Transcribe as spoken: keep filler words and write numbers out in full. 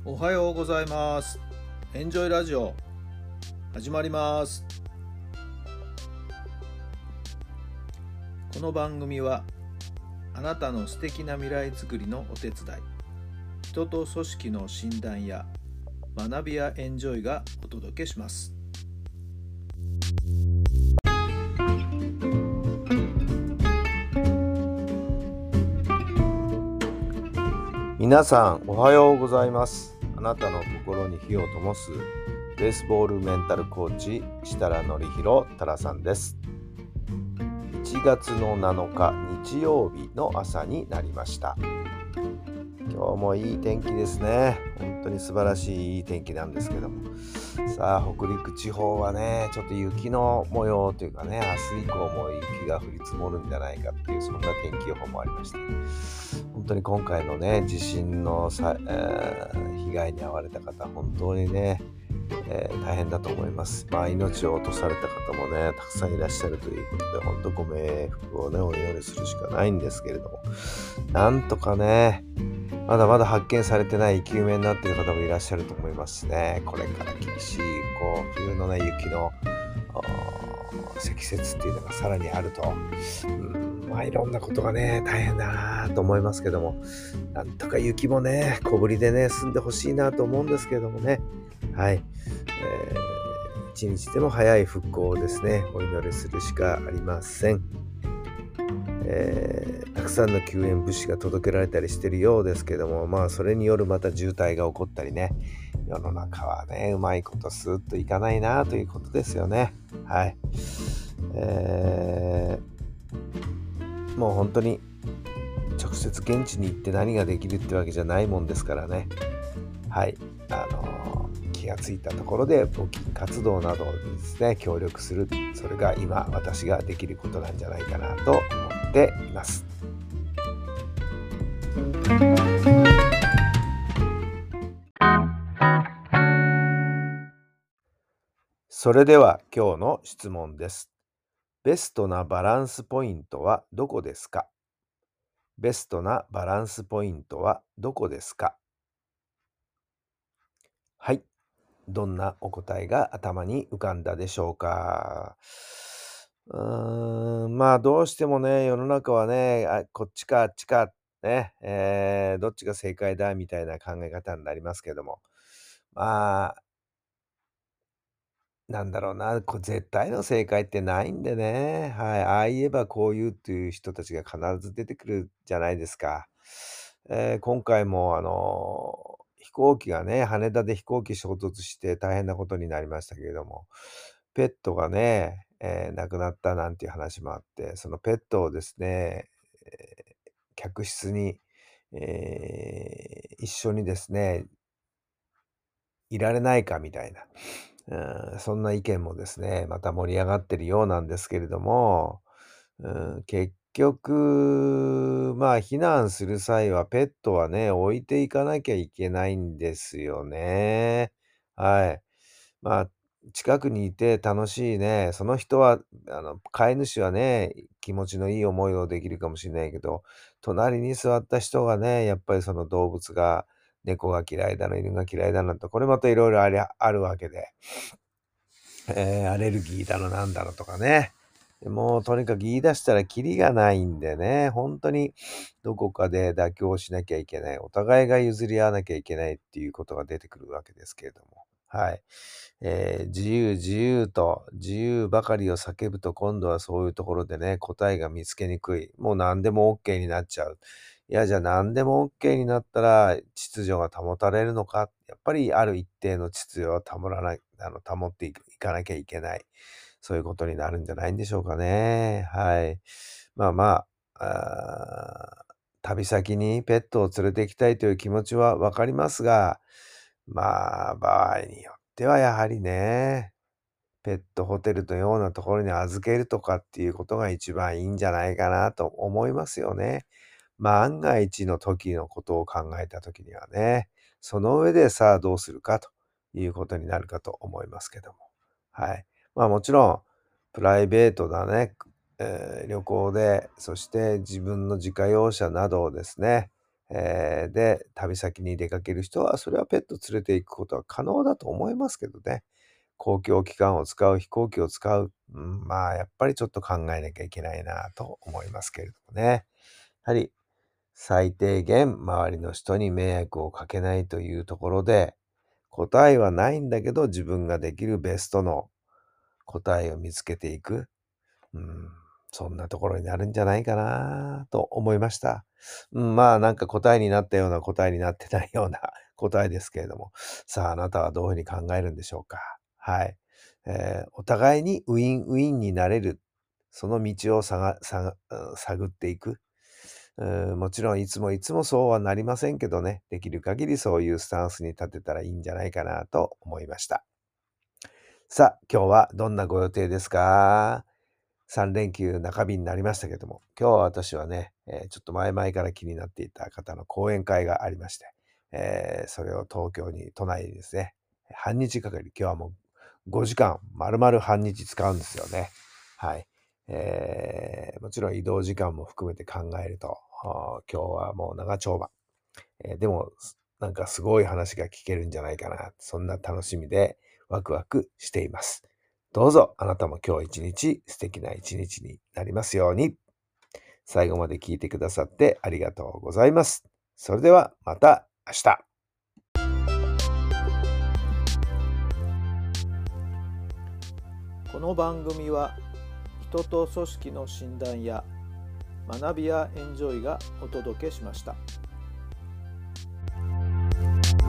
おはようございます。エンジョイラジオ始まります。この番組はあなたの素敵な未来づくりのお手伝い、人と組織の診断や学びやエンジョイがお届けします。 皆さんおはようございます。あなたの心に火を灯すベースボールメンタルコーチ設楽範弘太良さんです。いちがつのなのか日曜日の朝になりました。今日もいい天気ですね。本当に素晴らしいいい天気なんですけども、さあ北陸地方はねちょっと雪の模様というかね、明日以降も雪が降り積もるんじゃないかっていう、そんな天気予報もありまして、本当に今回のね地震のさ、えー、被害に遭われた方、本当にね、えー、大変だと思います。まあ命を落とされた方もねたくさんいらっしゃるということで、本当ご冥福をねお祈りするしかないんですけれども、なんとかねまだまだ発見されてない生き埋めになっている方もいらっしゃると思いますしね、これから厳しいこう冬のね雪の積雪っていうのがさらにあると、うん、まあいろんなことがね大変だなと思いますけども、なんとか雪もね小降りでね済んでほしいなと思うんですけれどもね、はい、えー、一日でも早い復興をですねお祈りするしかありません。えー、たくさんの救援物資が届けられたりしているようですけども、まあそれによるまた渋滞が起こったりね、世の中はねうまいことスーッといかないなということですよね。はい、えー、もう本当に直接現地に行って何ができるってわけじゃないもんですからね。はい、あのー、気がついたところで募金活動などにですね協力する、それが今私ができることなんじゃないかなと思っています。それでは今日の質問です。ベストなバランスポイントはどこですか？ベストなバランスポイントはどこですか？はい。どんなお答えが頭に浮かんだでしょうか？うーん、まあどうしてもね、世の中はね、あ、こっちかあっちか、ね、えー、どっちが正解だみたいな考え方になりますけども、まあ、なんだろうな、こう絶対の正解ってないんでね、はい、ああ言えばこう言うっていう人たちが必ず出てくるじゃないですか。えー今回もあの、飛行機がね、羽田で飛行機衝突して大変なことになりましたけれども、ペットがね、えー亡くなったなんていう話もあって、そのペットをですね、えー客室に、えー一緒にですね、いられないかみたいな、うん、そんな意見もですね、また盛り上がってるようなんですけれども、うん、結局、まあ、避難する際はペットはね、置いていかなきゃいけないんですよね。はい。まあ、近くにいて楽しいね、その人は、あの、飼い主はね、気持ちのいい思いをできるかもしれないけど、隣に座った人がね、やっぱりその動物が、猫が嫌いだの、犬が嫌いだのと、これまたいろいろありゃあるわけで、えーアレルギーだのなんだのとかね。もうとにかく言い出したらキリがないんでね、本当にどこかで妥協しなきゃいけない、お互いが譲り合わなきゃいけないっていうことが出てくるわけですけれども。はい。えー自由自由と自由ばかりを叫ぶと、今度はそういうところでね、答えが見つけにくい。もう何でも OK になっちゃう。いや、じゃあ何でも OK になったら秩序が保たれるのか。やっぱりある一定の秩序を保らない、あの、保っていくいかなきゃいけない。そういうことになるんじゃないんでしょうかね。はい。まあまあ、あー旅先にペットを連れて行きたいという気持ちはわかりますが、まあ、場合によってはやはりね、ペットホテルのようなところに預けるとかっていうことが一番いいんじゃないかなと思いますよね。万が一の時のことを考えた時にはね、その上でさあどうするかということになるかと思いますけども。はい。まあもちろん、プライベートなね、えー旅行で、そして自分の自家用車などをですね、 えーで、旅先に出かける人は、それはペット連れて行くことは可能だと思いますけどね。公共機関を使う、飛行機を使う、うん、まあ、やっぱりちょっと考えなきゃいけないなと思いますけれどもね。やはり、最低限周りの人に迷惑をかけないというところで、答えはないんだけど、自分ができるベストの答えを見つけていく。うん、そんなところになるんじゃないかなと思いました。うん、まあなんか答えになったような答えになってないような答えですけれども、さああなたはどういうふうに考えるんでしょうか。はい。えーお互いにウィンウィンになれる、その道を探探うん探っていく。うん、もちろんいつもいつもそうはなりませんけどね、できる限りそういうスタンスに立てたらいいんじゃないかなと思いました。さあ、今日はどんなご予定ですか？さん連休中日になりましたけども、今日は私はね、えーちょっと前々から気になっていた方の講演会がありまして、えーそれを東京に、都内にですね、半日かかり、今日はもうごじかん、丸々半日使うんですよね。はい。えーもちろん移動時間も含めて考えると、あー今日はもう長丁場。えーでも、すなんかすごい話が聞けるんじゃないかな。そんな楽しみでワクワクしています。どうぞあなたも今日一日素敵な一日になりますように。最後まで聞いてくださってありがとうございます。それではまた明日。 この番組は人と組織の診断や学びやエンジョイがお届けしました。